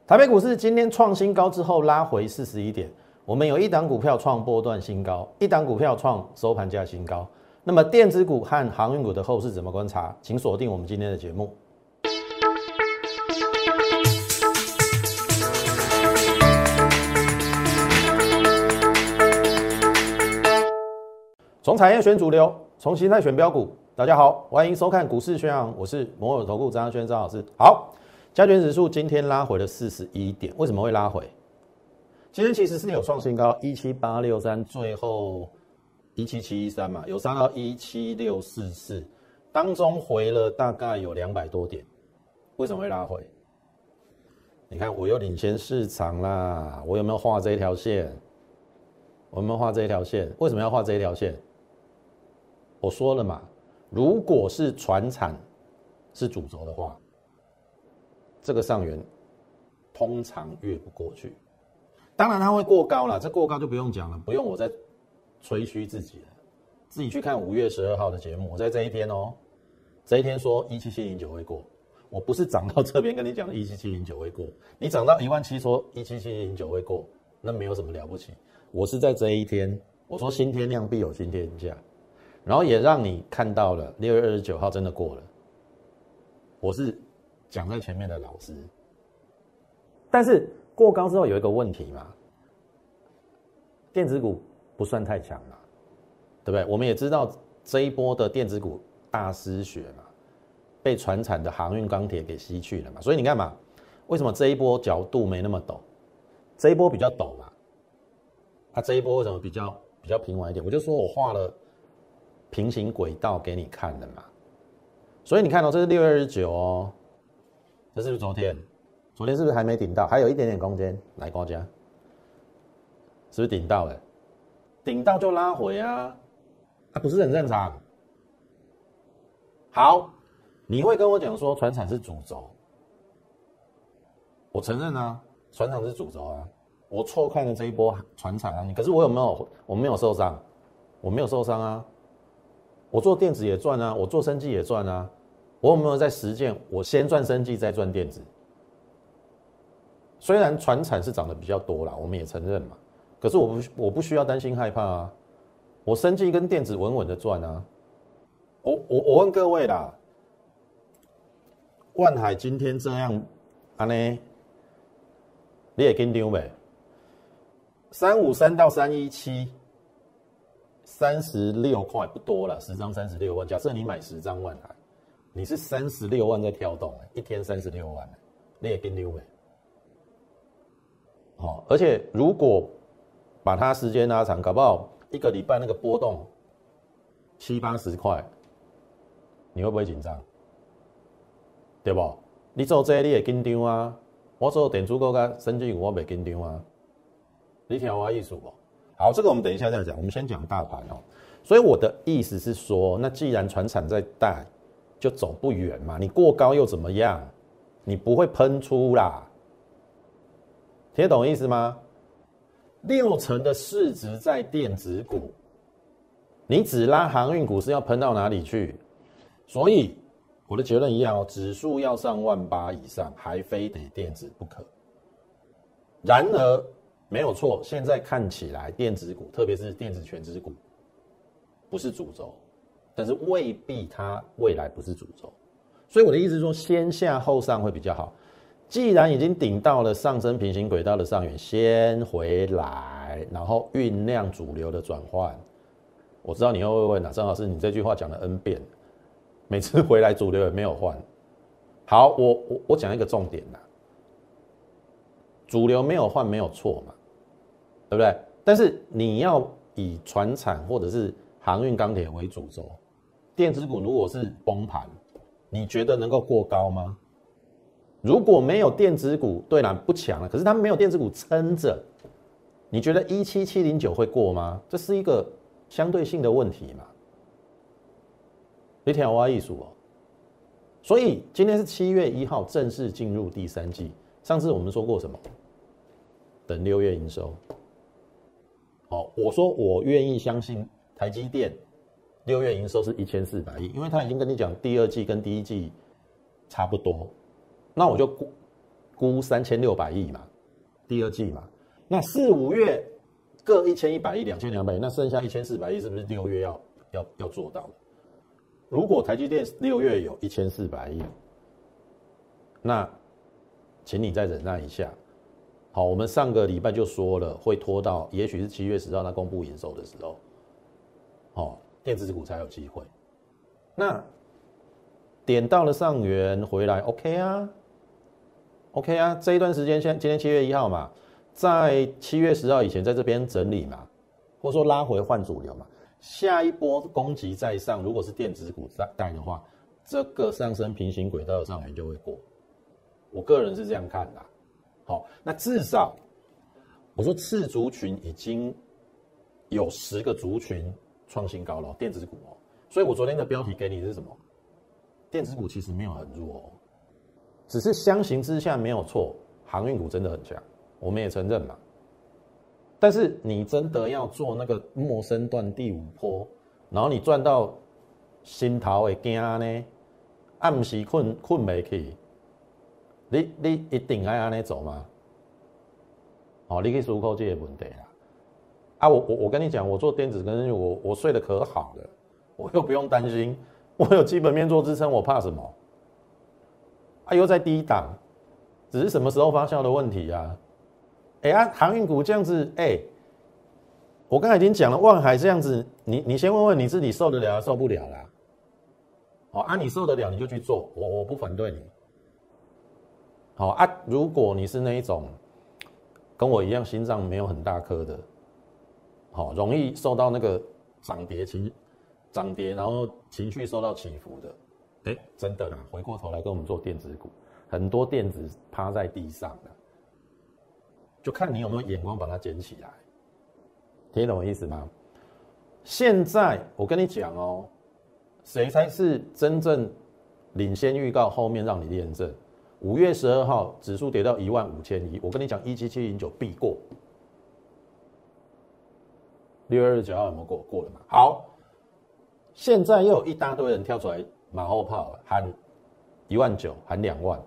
台北股市今天创新高之后拉回41点，我们有一档股票创波段新高，一档股票创收盘价新高。那么电子股和航运股的后市怎么观察？请锁定我们今天的节目。从产业选主流，从形态选标股。大家好，欢迎收看股市宣扬，我是摩尔投顾张嘉轩张老师。好，加权指数今天拉回了41点，为什么会拉回？今天其实是有创新高17863，最后17713嘛，有上到17644，当中回了大概有200多点，为什么会拉回？你看我又领先市场啦，我有没有画这一条线？我有没有画这一条线？为什么要画这一条线？我说了嘛，如果是传产是主轴的话，这个上缘通常越不过去。当然它会过高啦，这过高就不用讲了，不用我再吹嘘自己了，自己去看5月12号的节目，我在这一天哦，这一天说17709会过，我不是涨到这边跟你讲的17709会过，你涨到17000说17709会过，那没有什么了不起。我是在这一天，我说新天量必有新天价，然后也让你看到了6月29号真的过了。我是讲在前面的老师，但是过高之后有一个问题嘛，电子股不算太强嘛，对不对？我们也知道这一波的电子股大失血嘛，被传产的航运钢铁给吸去了嘛，所以你看嘛，为什么这一波角度没那么陡？这一波比较陡嘛。这一波为什么比较平缓一点？我就说我画了平行轨道给你看的嘛。所以你看哦，这是6月29哦，这是不是昨天？昨天是不是还没顶到？还有一点点空间，来高价，是不是顶到了？顶到就拉回啊，不是很正常？好，你会跟我讲说传产是主轴，我承认啊，传产是主轴啊。我错看了这一波传产啊，可是我没有受伤，我没有受伤啊。我做电子也赚啊，我做生技也赚啊。我有没有在实践？我先赚生技，再赚电子。虽然传产是涨得比较多啦，我们也承认嘛。可是我不需要担心害怕啊，我生技跟电子稳稳的赚啊。我问各位啦，万海今天这样安呢，你也跟丢呗？353到317，36块不多了，10张36万。假设你买10张万海，你是36万在跳动，一天36万，你也跟溜呗。好，而且如果把它时间拉长，搞不好一个礼拜那个波动70-80块，你会不会紧张？对不？你做这个你也紧张啊，我做电子股跟生技股我袂紧张啊。你听我意思不？好，这个我们等一下再讲，我们先讲大盘哦。所以我的意思是说，那既然传产在带，就走不远嘛。你过高又怎么样？你不会喷出啦。听得懂意思吗？60%的市值在电子股，你只拉航运股是要喷到哪里去？所以我的结论一样哦，指数要上18000以上，还非得电子不可。然而没有错，现在看起来电子股，特别是电子全指股，不是主轴，但是未必它未来不是主轴。所以我的意思是说，先下后上会比较好。既然已经顶到了上升平行轨道的上缘，先回来，然后酝酿主流的转换。我知道你会问啊，张老师，你这句话讲了 N 遍，每次回来主流也没有换。好，我讲一个重点啦，主流没有换没有错嘛，对不对？但是你要以传产或者是航运钢铁为主轴，电子股如果是崩盘，你觉得能够过高吗？如果没有电子股，对啦，不强了，可是他们没有电子股撑着，你觉得17709会过吗？这是一个相对性的问题嘛。你听我的意思哦。所以今天是7月1号，正式进入第3季。上次我们说过什么？等6月营收。好，我说我愿意相信台积电6月营收是1400亿，因为他已经跟你讲第2季跟第1季差不多。那我就估3600亿嘛，第二季嘛。那4、5月各1100亿、2200亿，那剩下1400亿是不是6月要做到的？如果台积电6月有1400亿，那请你再忍耐一下。好，我们上个礼拜就说了，会拖到也许是7月10号他公布营收的时候，电子股才有机会。那点到了上缘回来 ，OK 啊 ，OK 啊，这一段时间今天7月1号嘛，在7月10号以前在这边整理嘛，或者说拉回换主流嘛，下一波攻击再上，如果是电子股带的话，这个上升平行轨道的上缘就会过。我个人是这样看的。好，那至少我说次族群已经有10个族群创新高了，电子股哦。所以我昨天的标题给你是什么？电子股其实没有很弱哦，只是相形之下没有错，航运股真的很强，我们也承认嘛。但是你真的要做那个末升段第5波，然后你赚到心头会惊呢，不是困不起，你一定要安尼走吗？你去思考这个问题啦。我跟你讲，我做电子跟我睡得可好了，我又不用担心，我有基本面做支撑，我怕什么？又在低档，只是什么时候发酵的问题啊。航运股这样子，我刚才已经讲了，万海这样子，你先问问你自己受得了还是受不了啦？你受得了你就去做，我不反对你。如果你是那一种跟我一样心脏没有很大颗的，容易受到那个涨跌，然后情绪受到起伏的，真的啦，回过头来跟我们做电子股，很多电子趴在地上的，就看你有没有眼光把它捡起来，听懂我意思吗？现在我跟你讲哦，谁才是真正领先预告，后面让你验证？5月12号指数跌到15100，我跟你讲17709必过。6月29号有没有过？过了嘛？好，现在又有一大堆人跳出来马后炮了，喊19000，喊2万，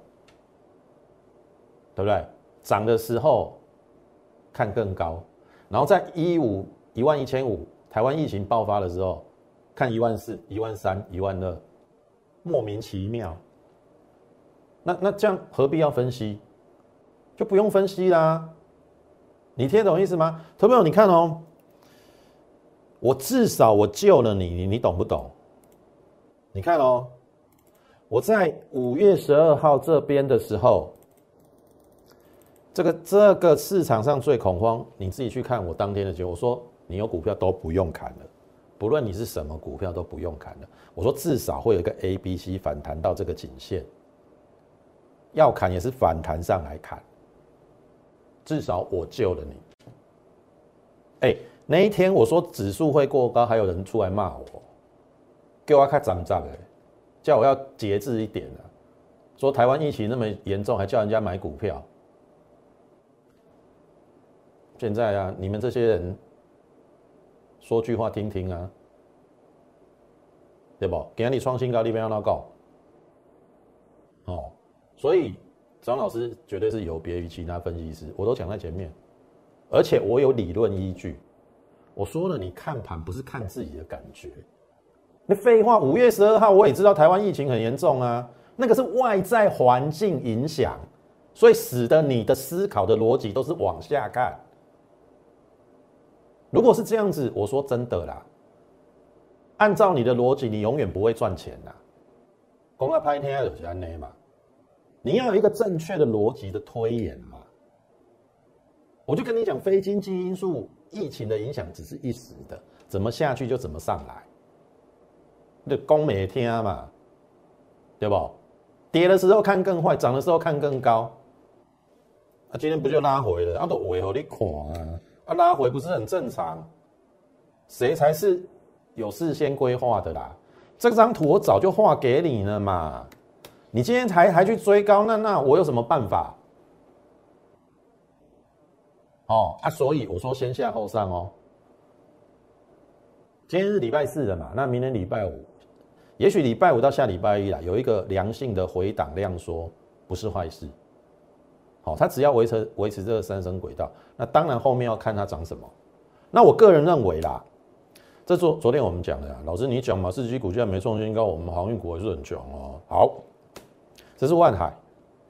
对不对？涨的时候看更高，然后在11500，台湾疫情爆发的时候看14000、13000、12000，莫名其妙。那这样何必要分析？就不用分析啦。你听懂意思吗？投票，你看哦，我至少我救了你，你懂不懂？你看哦，我在5月12号这边的时候，这个市场上最恐慌，你自己去看我当天的结果。我说你有股票都不用砍了，不论你是什么股票都不用砍了。我说至少会有一个 A、B、C 反弹到这个颈线。要砍也是反弹上来砍，至少我救了你。那一天我说指数会过高，还有人出来骂我，叫我较涨涨的，叫我要节制一点说台湾疫情那么严重，还叫人家买股票。现在啊，你们这些人说句话听听啊，对不？今天你创新高，你不要那讲。所以张老师绝对是有别于其他分析师，我都讲在前面，而且我有理论依据。我说了，你看盘不是看自己的感觉。那废话，5月12号我也知道台湾疫情很严重啊，那个是外在环境影响，所以使得你的思考的逻辑都是往下看。如果是这样子，我说真的啦，按照你的逻辑，你永远不会赚钱啦。讲到歹听就是这样嘛。你要有一个正确的逻辑的推演嘛。我就跟你讲，非经济因素，疫情的影响只是一时的，怎么下去就怎么上来。你讲没听嘛，对不？跌的时候看更坏，涨的时候看更高。今天不就拉回了？都尾给你看啊，拉回不是很正常？谁才是有事先规划的啦？这张图我早就画给你了嘛。你今天还去追高，那我有什么办法？所以我说先下后上哦。今天是礼拜4了嘛，那明天礼拜5，也许礼拜5到下礼拜1啦，有一个良性的回档量缩，不是坏事。 好，它只要维持这个3升轨道，那当然后面要看它涨什么。那我个人认为啦，这昨天我们讲的啦，老师你讲嘛，世纪股价没创新高，我们航运股还是很强哦。好，这是万海，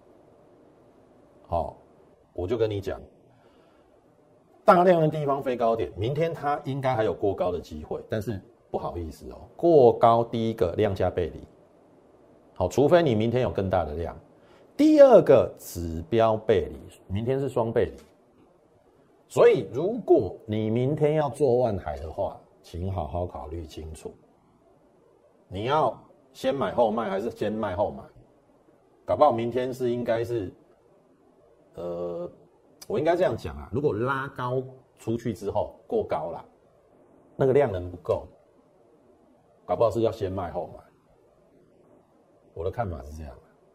好，我就跟你讲，大量的地方飞高点，明天它应该还有过高的机会，但是不好意思哦，过高第一个量价背离，好，除非你明天有更大的量。第二个指标背离，明天是双背离，所以如果你明天要做万海的话，请好好考虑清楚，你要先买后卖还是先卖后买？搞不好明天是应该是，我应该这样讲啊，如果拉高出去之后过高啦，那个量能不够，搞不好是要先卖后买。我的看法是这样。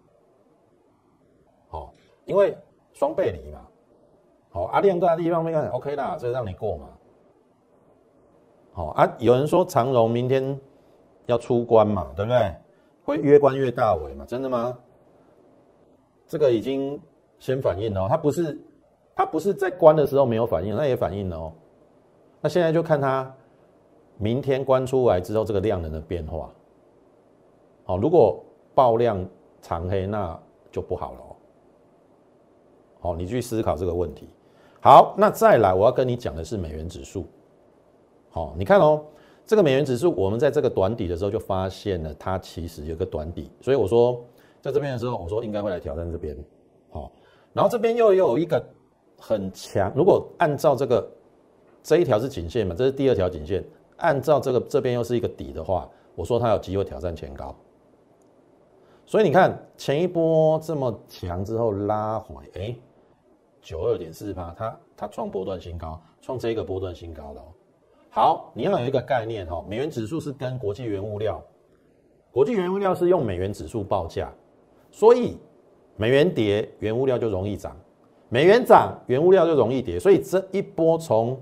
好，因为双背离嘛，好，量大的地方没看 OK 啦，这让你过嘛。好啊，有人说长荣明天要出关嘛，对不对？会越关越大尾嘛，真的吗？这个已经先反应了哦，它不是在关的时候没有反应，那也反应了哦。那现在就看它明天关出来之后这个量能的变化。好，如果爆量长黑，那就不好了哦。好，你去思考这个问题。好，那再来我要跟你讲的是美元指数。好，你看哦，这个美元指数，我们在这个短底的时候就发现了它其实有个短底，所以我说在这边的时候，我说应该会来挑战这边。好，然后这边又有一个很强，如果按照这一条是颈线嘛，这是第2条颈线，按照这边又是一个底的话，我说它有机会挑战前高。所以你看前一波这么强之后拉回，92.4%，它创波段新高，创这个波段新高的哦。好，你要有一个概念哦，美元指数是跟国际原物料是用美元指数报价，所以美元跌，原物料就容易涨；美元涨，原物料就容易跌。所以这一波从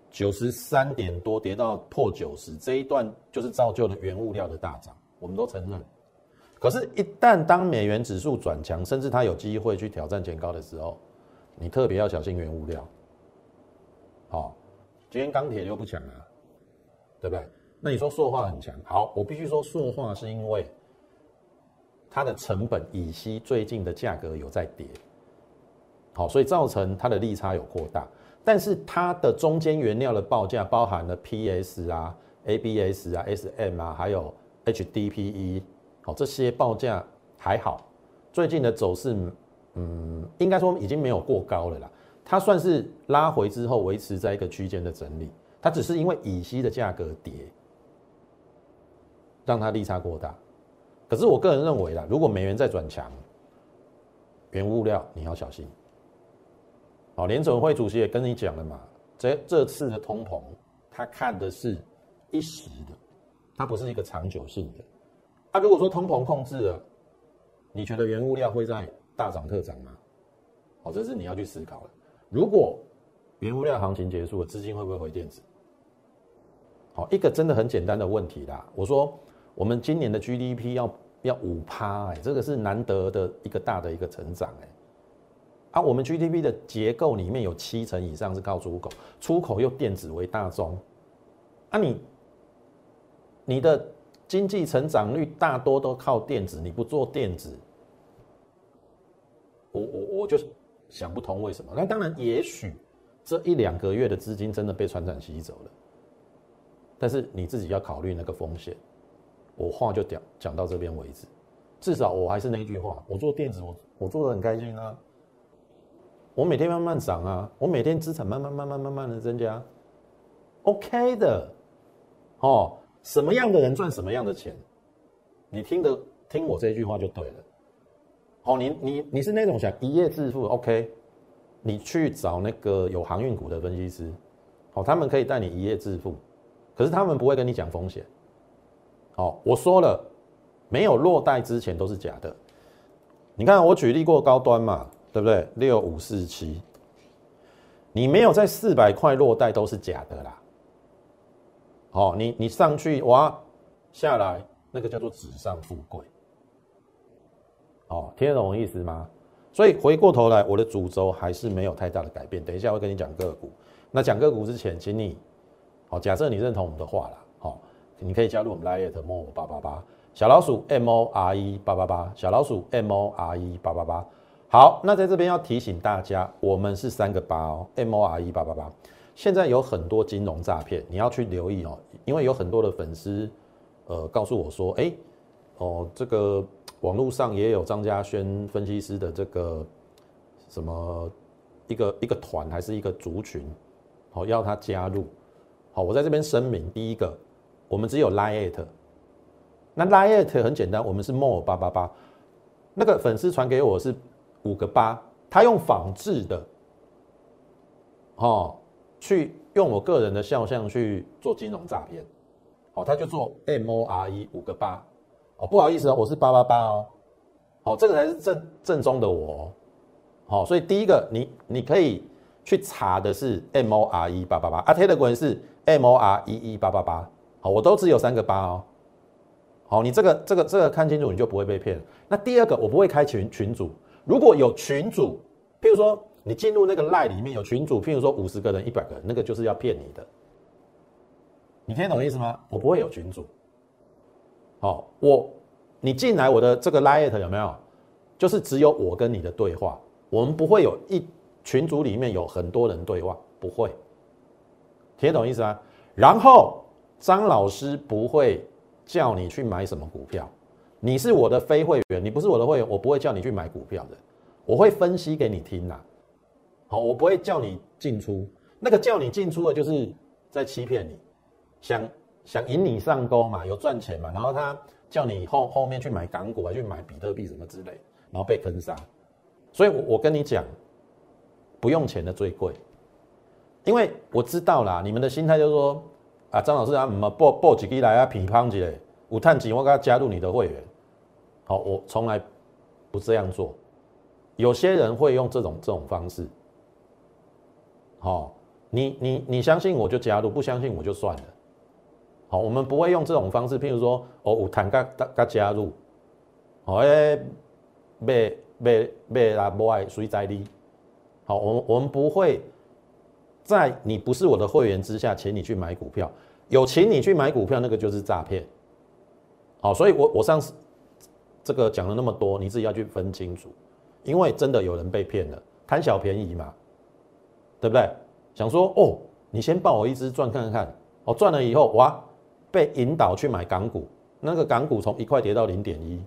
93点多跌到破90，这一段就是造就了原物料的大涨，我们都承认。可是，一旦当美元指数转强，甚至它有机会去挑战前高的时候，你特别要小心原物料。好，今天钢铁就不强了，对不对？那你说塑化很强，好，我必须说塑化是因为它的成本乙烯最近的价格有在跌，好，所以造成它的利差有扩大。但是它的中间原料的报价包含了 PS 啊、ABS 啊、SM 啊，还有 HDPE。好，这些报价还好，最近的走势，应该说已经没有过高了啦。它算是拉回之后维持在一个区间的整理，它只是因为乙烯的价格跌，让它利差过大。可是我个人认为啦，如果美元再转强，原物料你要小心。好，联准会主席也跟你讲了嘛，这次的通膨，他看的是一时的，它不是一个长久性的。如果说通膨控制了，你觉得原物料会在大涨特涨吗？好，这是你要去思考的。如果原物料行情结束了，资金会不会回电子？好，一个真的很简单的问题啦。我说我们今年的 GDP 要5%，这个是难得的一个大的一个成长我们 GDP 的结构里面有70%以上是靠出口，出口又电子为大宗，你的经济成长率大多都靠电子，你不做电子，我就想不通为什么。那当然，也许这1-2个月的资金真的被传产吸走了，但是你自己要考虑那个风险。我话就讲到这边为止。至少我还是那句话，我做电子，我做得很开心啊。我每天慢慢涨啊，我每天资产慢慢的增加 ，OK 的哦。什么样的人赚什么样的钱，你听我这句话就对了。好，你是那种想一夜致富 ，OK， 你去找那个有航运股的分析师，好，他们可以带你一夜致富，可是他们不会跟你讲风险。好，我说了，没有落袋之前都是假的。你看我举例过高端嘛，对不对？6547，你没有在400块落袋都是假的啦。好，你上去哇，下来那个叫做纸上富贵。哦，听得懂我意思吗？ 所以回过头来，我的主轴还是没有太大的改变。等一下会跟你讲个股。那讲个股之前，请你，好，假设你认同我们的话啦，好，你可以加入我们 Line @more888小老鼠 MORE888小老鼠 MORE888。好，那在这边要提醒大家，我们是3个8哦 ，MORE888。现在有很多金融诈骗，你要去留意哦，因为有很多的粉丝，告诉我说，这个网络上也有张嘉轩分析师的这个什么一个团还是一个族群，好，要他加入。好，我在这边声明，第一个，我们只有 Line@，那 Line@ 很简单，我们是 more888，那个粉丝传给我是5个8，他用仿制的，去用我个人的肖像去做金融诈骗，他就做 MORE 5个8，不好意思我是888这个才是正宗的我所以第一个你可以去查的是 MORE888，啊 Telegram 是 MORE11888，我都只有3个8好，你这个看清楚，你就不会被骗。那第二个，我不会开群组，如果有群组，譬如说你进入那个 LINE 里面有群组，譬如说50个人、100个人，那个就是要骗你的。你听懂意思吗？我不会有群组。好，你进来我的这个 LINE 有没有？就是只有我跟你的对话，我们不会有群组里面有很多人对话，不会。听懂意思吗？然后张老师不会叫你去买什么股票，你是我的非会员，你不是我的会员，我不会叫你去买股票的，我会分析给你听啦。好，我不会叫你进出，那个叫你进出的就是在欺骗你，想引你上钩嘛，有赚钱嘛，然后他叫你后面去买港股，还去买比特币什么之类，然后被坑杀。所以我跟你讲，不用钱的最贵，因为我知道啦，你们的心态就是说啊，张老师啊，报几个来啊，乒乓一下，有赚钱我给他加入你的会员。好，我从来不这样做。有些人会用这种方式。好，你相信我就加入，不相信我就算了。好，我们不会用这种方式，譬如说有谈甲加入，买啦不爱谁在你。好，我们不会在你不是我的会员之下，请你去买股票，有请你去买股票，那个就是诈骗。好，所以我上次这个讲了那么多，你自己要去分清楚，因为真的有人被骗了，贪小便宜嘛，对不对？想说你先报我一支赚看看，赚了以后哇，被引导去买港股，那个港股从1块跌到0.1，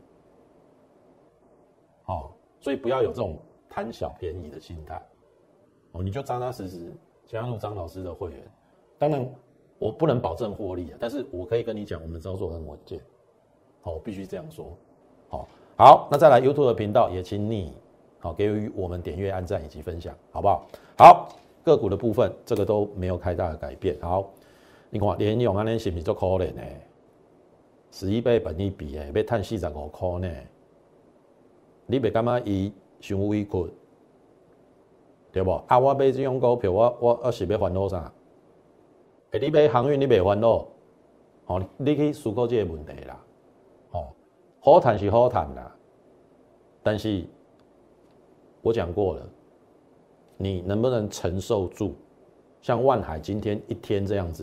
所以不要有这种贪小便宜的心态，你就扎扎实实加入张老师的会员。当然我不能保证获利但是我可以跟你讲，我们的操作很稳健，我必须这样说。好，那再来 YouTube 的频道也请你给予我们点阅、按赞以及分享，好不好？好，个股的部分这个都没有太大的改变。好，你看联咏安尼是不是很可怜呢？11倍本益比要赚45块呢，你不感觉伊伤委屈，对不？我买这种股票，我是要烦恼啥？你买航运你袂烦恼，你去思考这个问题啦。好谈是好谈啦，但是我讲过了，你能不能承受住？像万海今天一天这样子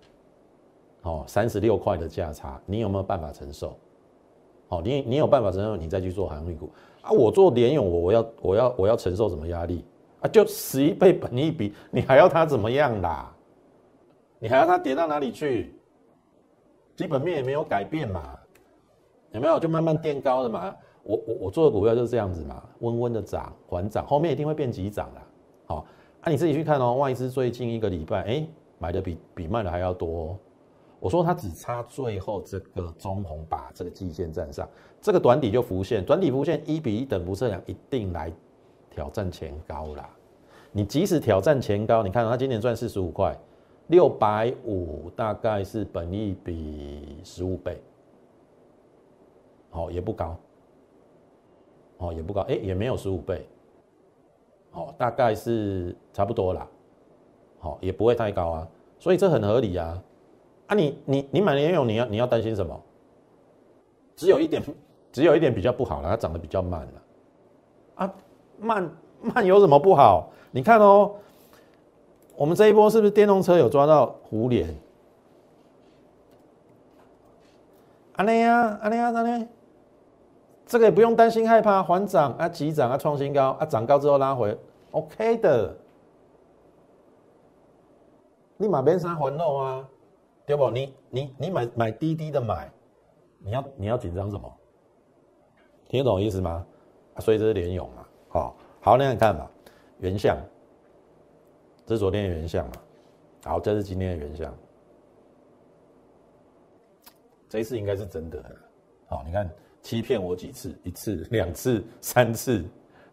，36块的价差，你有没有办法承受？你有办法承受，你再去做航运股啊。我做联咏，我要承受什么压力啊？就11倍本益比，你还要它怎么样啦？你还要它跌到哪里去？基本面也没有改变嘛。有没有就慢慢垫高的嘛？我做的股票就是这样子嘛，温温的涨，缓涨，后面一定会变急涨啦。你自己去看外资最近1个礼拜，买的比卖的还要多我说它只差最后这个中红把这个季线站上，这个短底就浮现，短底浮现1:1等幅测量一定来挑战前高啦。你即使挑战前高，你看它今年赚45块，650大概是本益比15倍。也不高，也不高，也没有15倍，大概是差不多啦，也不会太高啊，所以这很合理啊。你买联咏，你要担心什么？只有一点比较不好了，它涨得比较慢了。 慢有什么不好？你看哦，我们这一波是不是电动车有抓到胡连？安内啊，安内啊，安内，这个也不用担心害怕，缓涨啊，急涨啊，创新高啊，涨高之后拉回 ，OK 的。你买边山环肉啊，对不？你买低低的买，你要紧张什么？听得懂意思吗？所以这是联咏嘛，好，那你看吧，原相，这是昨天的原相嘛，好，这是今天的原相，这一次应该是真的，好，你看欺骗我几次，1次、2次、3次，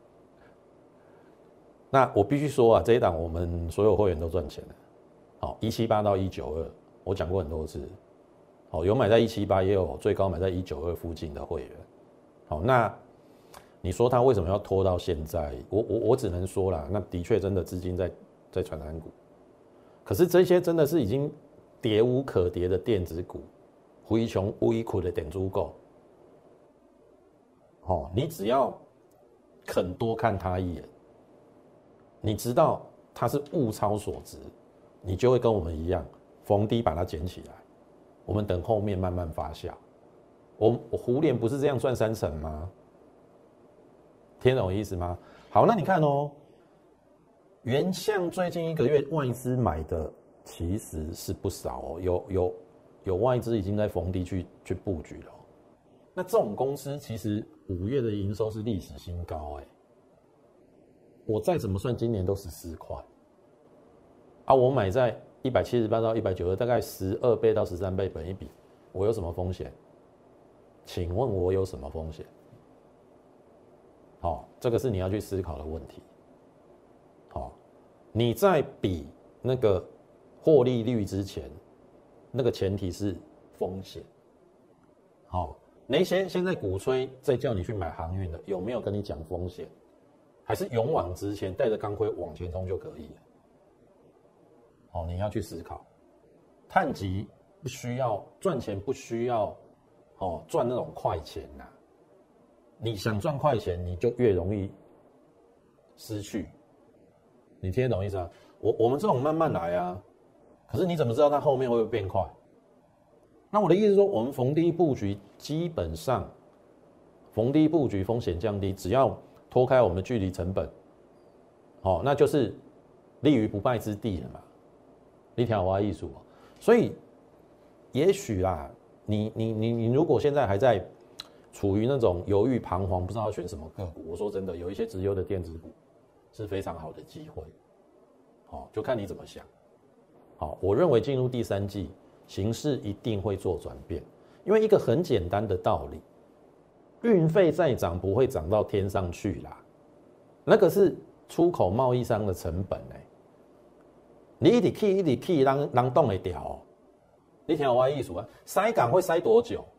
那我必须说啊，这一档我们所有会员都赚钱了。好，178到192，我讲过很多次。好，有买在178，也有最高买在192附近的会员。好，那你说他为什么要拖到现在？我只能说啦，那的确真的资金在传产股，可是这些真的是已经跌无可跌的电子股，非常微苦的点足够。好，你只要肯多看他一眼，你知道它是物超所值。你就会跟我们一样，逢低把它捡起来。我们等后面慢慢发酵。我胡连不是这样赚3成吗？听懂意思吗？好，那你看哦，原相最近1个月外资买的其实是不少哦，有外资已经在逢低去布局了。那这种公司其实5月的营收是历史新高哎，我再怎么算今年都14块。啊，我买在178到192，大概12倍到13倍本益比，我有什么风险？请问我有什么风险？好，这个是你要去思考的问题。好，你在比那个获利率之前，那个前提是风险。好，那些现在鼓吹在叫你去买航运的，有没有跟你讲风险？还是勇往直前，带着钢盔往前冲就可以了？哦，你要去思考，碳极不需要赚钱，不需要赚那种快钱呐。你想赚快钱，你就越容易失去。你听得懂意思啊？我们这种慢慢来啊，可是你怎么知道它后面会不会变快？那我的意思是说，我们逢低布局，基本上逢低布局风险降低，只要脱开我们的距离成本，那就是立于不败之地了嘛。一条挖艺术，所以也许啦，你如果现在还在处于那种犹豫彷徨，不知道要选什么个股，我说真的，有一些直优的电子股是非常好的机会，就看你怎么想。好，我认为进入第3季，形势一定会做转变，因为一个很简单的道理，运费再涨不会涨到天上去啦，那个是出口贸易商的成本你一直去，人动得掉哦。你听我的意思啊？塞港会塞多久？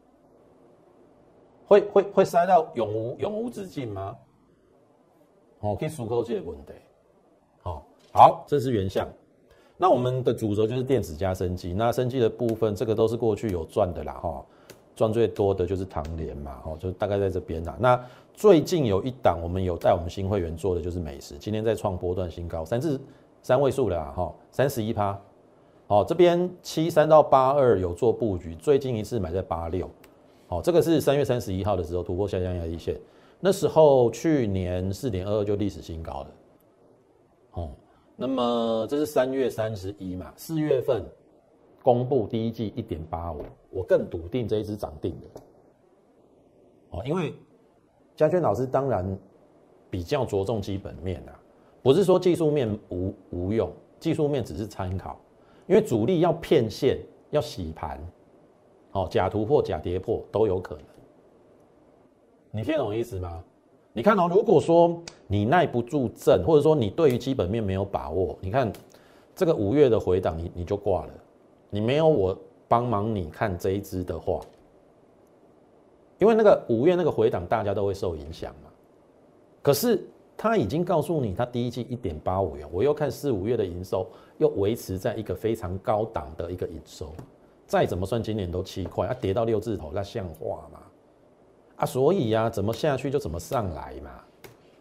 会塞到永无止境吗？去思考这个问题。好，这是原相。那我们的主轴就是电子加生技。那生技的部分，这个都是过去有赚的啦，赚最多的就是唐联嘛，就大概在这边啦。那最近有一档我们有带我们新会员做的就是美食，今天在创波段新高，3位数了啦，31%。这边73到82有做布局，最近一次买在86。这个是3月31号的时候突破下降压力线，那时候去年4.22就历史新高了。那么这是3月31嘛，4月份公布第一季1.85，我更笃定这一支涨定的。因为嘉轩老师当然比较着重基本面啊，不是说技术面无用，技术面只是参考，因为主力要骗线，要洗盘，假突破、假跌破都有可能。你听懂意思吗？你看如果说你耐不住震，或者说你对于基本面没有把握，你看这个5月的回档你就挂了。你没有我帮忙你看这一支的话，因为那个5月那个回档大家都会受影响嘛。可是他已经告诉你，他第一季1.85元，我又看4、5月的营收又维持在一个非常高档的一个营收，再怎么算今年都7块，跌到6字头，那像话吗？所以怎么下去就怎么上来嘛。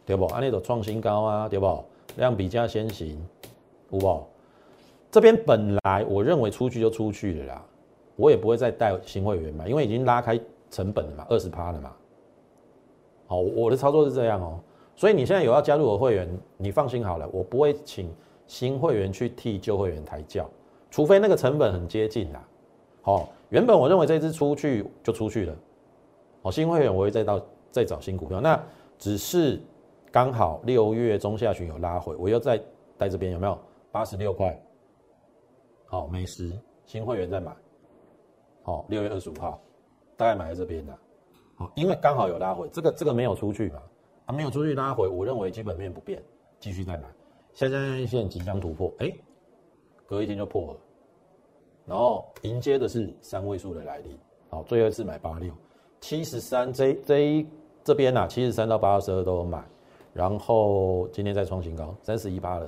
对不？按那种创新高啊，对不？量比价先行，有不？这边本来我认为出去就出去了啦，我也不会再带新会员买，因为已经拉开成本了嘛，20%了嘛。好，我的操作是这样哦，所以你现在有要加入我的会员，你放心好了，我不会请新会员去替旧会员抬轿，除非那个成本很接近啦。好，原本我认为这支出去就出去了，好，新会员我会再找新股票，那只是刚好6月中下旬有拉回，我又再在这边有没有86块？好，美食新会员再买，好，6月25号大概买在这边的，好，因为刚好有拉回，这个没有出去嘛，没有出去拉回，我认为基本面不变，继续再买，下降线即将突破，隔一天就破了，然后迎接的是3位数的来临，好，最后一次买86，73这边啊，73到82都有买，然后今天再创新高，31%了。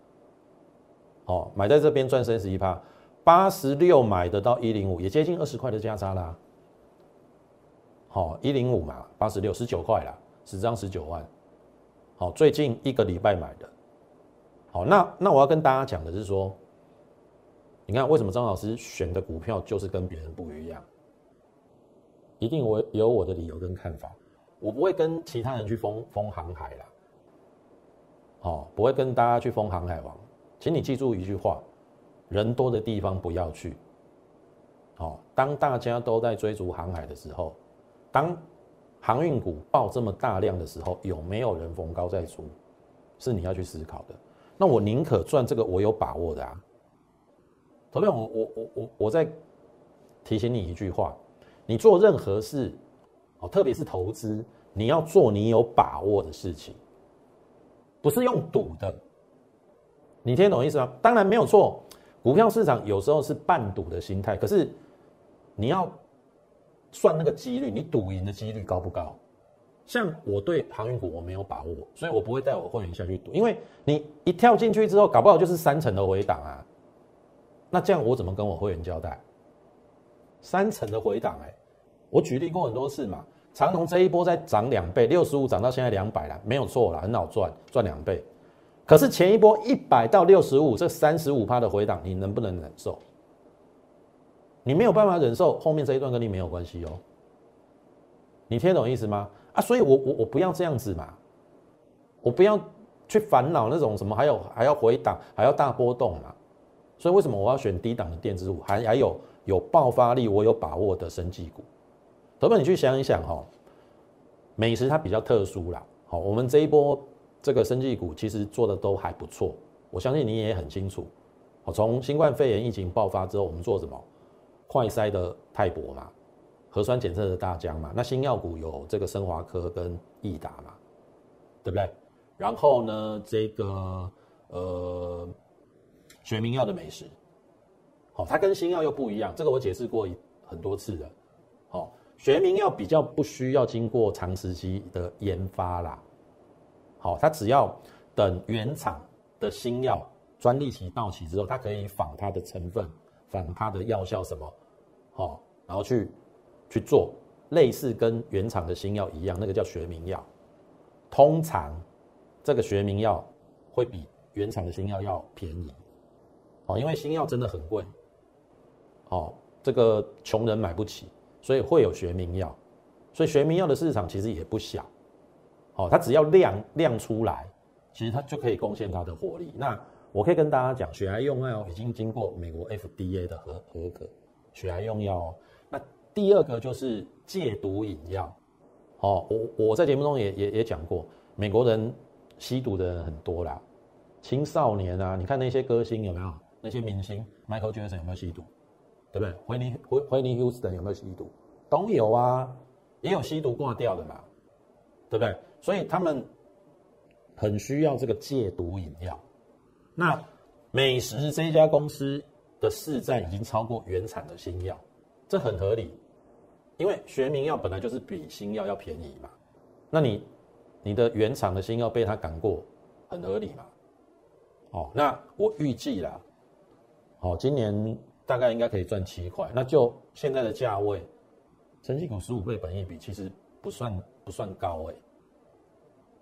买在这边赚31%，86买得到105，也接近20块的价差啦。105嘛，86 19块啦，10张19万。最近1个礼拜买的。那我要跟大家讲的是说，你看为什么张老师选的股票就是跟别人不一样？一定我有我的理由跟看法，我不会跟其他人去封航海啦。不会跟大家去封航海王。请你记住一句话：人多的地方不要去。当大家都在追逐航海的时候，当航运股爆这么大量的时候，有没有人逢高在出？是你要去思考的。那我宁可赚这个我有把握的啊。同样，我再提醒你一句话：你做任何事，特别是投资，你要做你有把握的事情，不是用赌的。你听懂意思吗？当然没有错，股票市场有时候是半赌的心态，可是你要算那个几率，你赌赢的几率高不高？像我对航运股我没有把握，所以我不会带我会员下去赌，因为你一跳进去之后，搞不好就是3成的回档啊。那这样我怎么跟我会员交代？3成的回档我举例过很多次嘛，长荣这一波再涨2倍，65涨到现在200了，没有错啦，很好赚2倍。可是前一波100到65，这35%的回档，你能不能忍受？你没有办法忍受，后面这一段跟你没有关系哦。你听懂意思吗？所以我不要这样子嘛，我不要去烦恼那种什么还要回档，还要大波动嘛。所以为什么我要选低档的电子股，还有爆发力，我有把握的生技股？同学们，你去想一想美食它比较特殊啦。我们这一波。这个生技股其实做的都还不错，我相信你也很清楚。从新冠肺炎疫情爆发之后，我们做什么？快筛的泰博嘛，核酸检测的大疆嘛，那新药股有这个生华科跟益达嘛，对不对？然后呢，这个学名药的美食，它跟新药又不一样，这个我解释过很多次了。学名药比较不需要经过长时期的研发啦。它只要等原厂的新药专利期到期之后，它可以仿它的成分，仿它的药效什么，然后去做类似跟原厂的新药一样，那个叫学名药。通常这个学名药会比原厂的新药要便宜，因为新药真的很贵，这个穷人买不起，所以会有学名药。所以学名药的市场其实也不小。它只要量出来，其实它就可以贡献它的获利。那我可以跟大家讲，血癌用药已经经过美国 FDA 的合格，血癌用药。那第二个就是戒毒瘾药。我在节目中也讲过，美国人吸毒的人很多啦，青少年啊，你看那些歌星有没有？那些明星 ，Michael Jackson 有没有吸毒？对不对？Whitney Houston 有没有吸毒？都有啊，也有吸毒挂掉的嘛，对不对？所以他们很需要这个戒毒饮料。那美食这一家公司的市占已经超过原厂的新药，这很合理，因为学名药本来就是比新药要便宜嘛。那你的原厂的新药被他赶过，很合理嘛。那我预计啦，今年大概应该可以赚7块。那就现在的价位，生技股15倍本益比其实不算高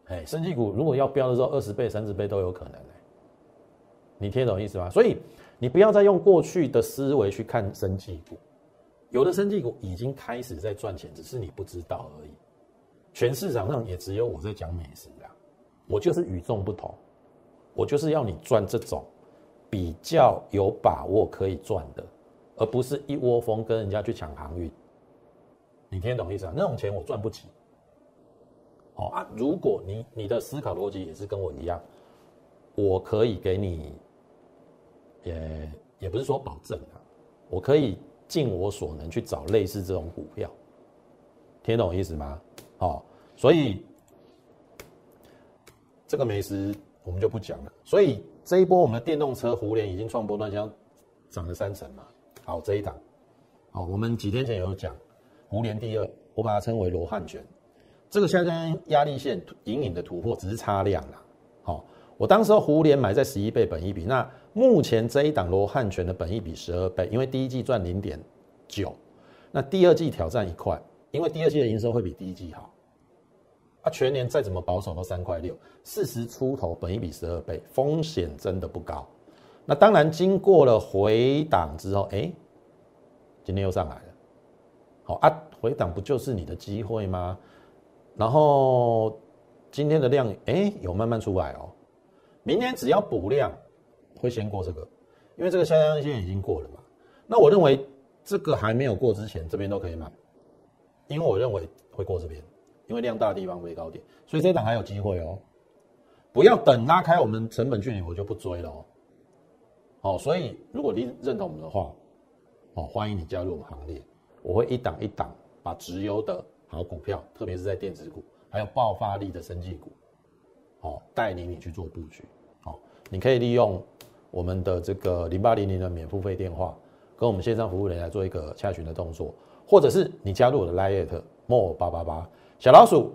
生技股如果要飙的时候，20倍、30倍都有可能你听懂意思吗？所以你不要再用过去的思维去看生技股，有的生技股已经开始在赚钱，只是你不知道而已。全市场上也只有我在讲美食啦，我就是与众不同，我就是要你赚这种比较有把握可以赚的，而不是一窝蜂跟人家去抢航运。你听懂意思啊？那种钱我赚不起。如果你的思考逻辑也是跟我一样，我可以给你，也不是说保证啊，我可以尽我所能去找类似这种股票，听懂我意思吗？所以这个美食我们就不讲了。所以这一波我们的电动车胡联已经创波段，将涨了3成嘛。好，这一档，我们几天前有讲胡联第2，我把它称为罗汉拳。这个下降压力线隐隐的突破，只是差量啦。我当时候胡联买在11倍本益比，那目前这一档罗汉拳的本益比12倍，因为第一季赚 0.9， 那第二季挑战1块，因为第二季的营收会比第一季好。全年再怎么保守都3.6块，40出头，本益比12倍，风险真的不高。那当然经过了回档之后，今天又上来了。回档不就是你的机会吗？然后今天的量有慢慢出来明天只要补量会先过这个，因为这个下降线已经过了嘛。那我认为这个还没有过之前，这边都可以买，因为我认为会过这边，因为量大的地方为高点，所以这一档还有机会不要等拉开我们成本距离我就不追了所以如果你认同我们的话欢迎你加入我们行列，我会一档一档把直优的好股票，特别是在电子股还有爆发力的生技股带领你去做布局你可以利用我们的这个0800的免付费电话跟我们线上服务人来做一个洽询的动作，或者是你加入我的 LINE more888 小老鼠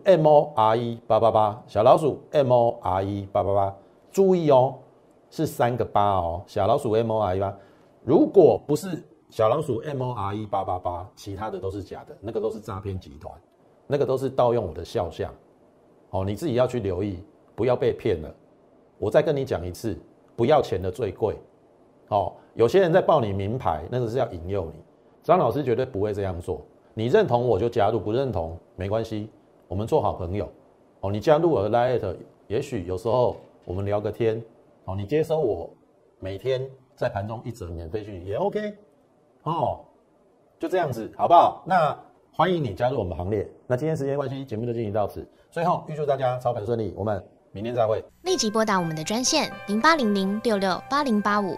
MORE888 小老鼠 MORE888， 注意是3个8小老鼠 MORE888， 如果不是小老鼠 MORE888， 其他的都是假的，那个都是诈骗集团，那个都是盗用我的肖像你自己要去留意，不要被骗了。我再跟你讲一次，不要钱的最贵有些人在报你名牌，那个是要引诱你，张老师绝对不会这样做。你认同我就加入，不认同没关系，我们做好朋友你加入我的 LINE， 也许有时候我们聊个天你接收我每天在盘中1则免费讯息也 OK 就这样子好不好？那欢迎你加入我们行列。那今天时间关系，节目就进行到此。最后预祝大家操盘顺利，我们明天再会。 立即拨打我们的专线0800668085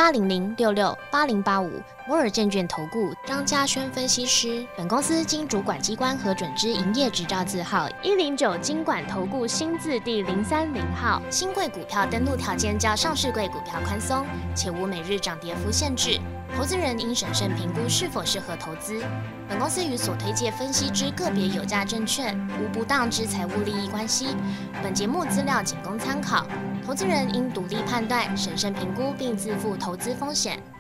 0800668085，摩尔证券投顾张嘉轩分析师。本公司经主管机关核准之营业执照字号109金管投顾新字第030号。新贵股票登录条件较上市贵股票宽松，且无每日涨跌幅限制。投资人应审慎评估是否适合投资。本公司与所推介分析之个别有价证券无不当之财务利益关系。本节目资料仅供参考，投资人应独立判断、审慎评估并自负投资风险。